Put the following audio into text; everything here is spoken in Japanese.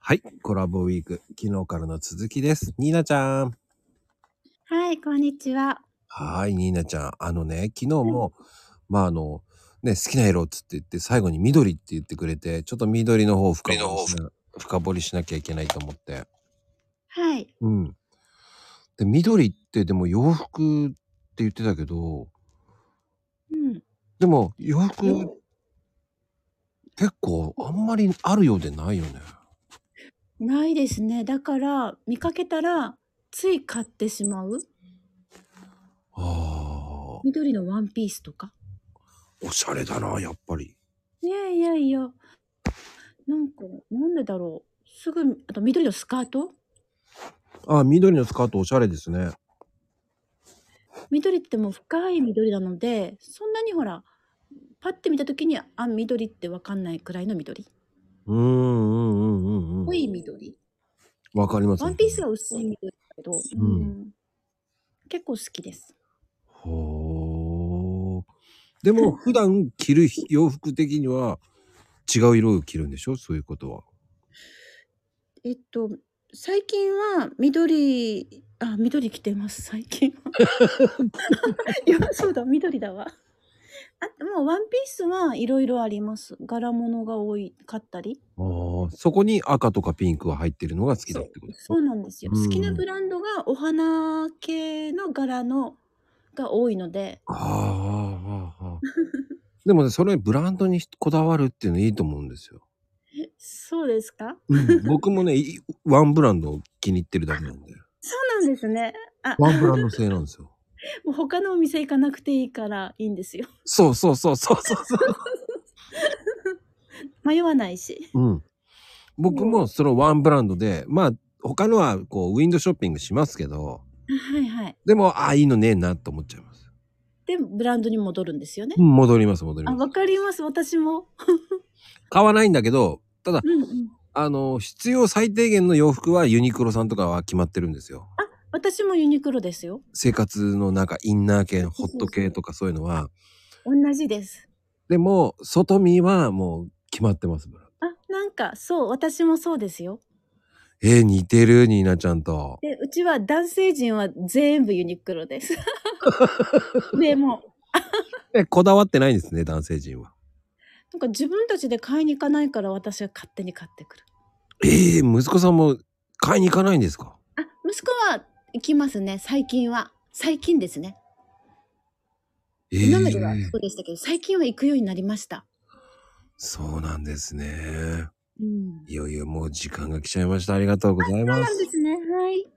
はい、コラボウィーク、昨日からの続きです。ニーナちゃん。 はい、こんにちは。 はい、ニーナちゃん。昨日はい。 も、好きな色っつって言って、最後に緑って言ってくれて、ちょっと緑の方を深掘りしなきゃいけないと思って。 はい。 うん。で、緑ってでも洋服って言ってたけど、 うん。 でも洋服よ結構あんまりあるようでないよね。 ないですね。だから、見かけたら、つい買ってしまう。 ああ、 緑のワンピースとか。 おしゃれだな、やっぱり。 いやいやいや、なんか、なんでだろう。あと緑のスカート。 あ、緑のスカートおしゃれですね。 緑ってもう深い緑なので、そんなにほら、パッて見た時に、あ、緑ってわかんないくらいの緑。 うんうんうんうんうん。 濃い緑。 わかります。 ワンピースは薄い緑だけど、 うん。 結構好きです。 ほー。でも普段着る洋服的には違う色を着るんでしょ？そういうことは。 えっと、最近は緑着てます、最近は。いや、そうだ、緑だわ。もうワンピースはいろいろあります。柄物がかったり。 ああ、そこに赤とかピンクが入ってるのが好きだってことでしょ？ そうなんですよ。好きなうん。 ブランドがお花系の柄のが多いので。 ああ、ああ、ああ。でもね、それブランドにこだわるっていうのいいと思うんですよ。 そうですか？ うん、僕もね、ワンブランドを気に入ってるだけなんで。 そうなんですね。あ、 ワンブランド製なんですよ。 もう他のお店行かなくていいからいいんですよ。 そうそうそうそうそうそう。 迷わないし。 うん。僕もそう。 そのワンブランドで、他のはこうウィンドウショッピングしますけど、 はいはい。 でも、ああ、いいのねえなと思っちゃいます。 で、ブランドに戻るんですよね。 うん、戻ります戻りあ、 ます。 わかります、私も。 買わないんだけど、ただ、 うんうん。 必要最低限の洋服はユニクロさんとかは決まってるんですよ。 あ、私もユニクロですよ。 生活のなんかインナー系、 そうホッそうそう。 ト系とかそういうのは。 同じです。 でも、外見はもう決まってます。 あ、なんか、そう、私もそうですよ。 似てる、ニーナちゃんと。 で、うちは男性陣は全部ユニクロです。で、もう、 こだわってないんですね、男性陣は。 なんか自分たちで買いに行かないから私は勝手に買ってくる。 息子さんも買いに行かないんですか？ あ、息子は行きますね、最近は。最近ですね。 え今まではえ、 そうでしたけど、最近は行くようになりました。 そうなんですね。 うん。 いよいよもう時間が来ちゃいました。ありがとうございそうます。 なんですね。はい。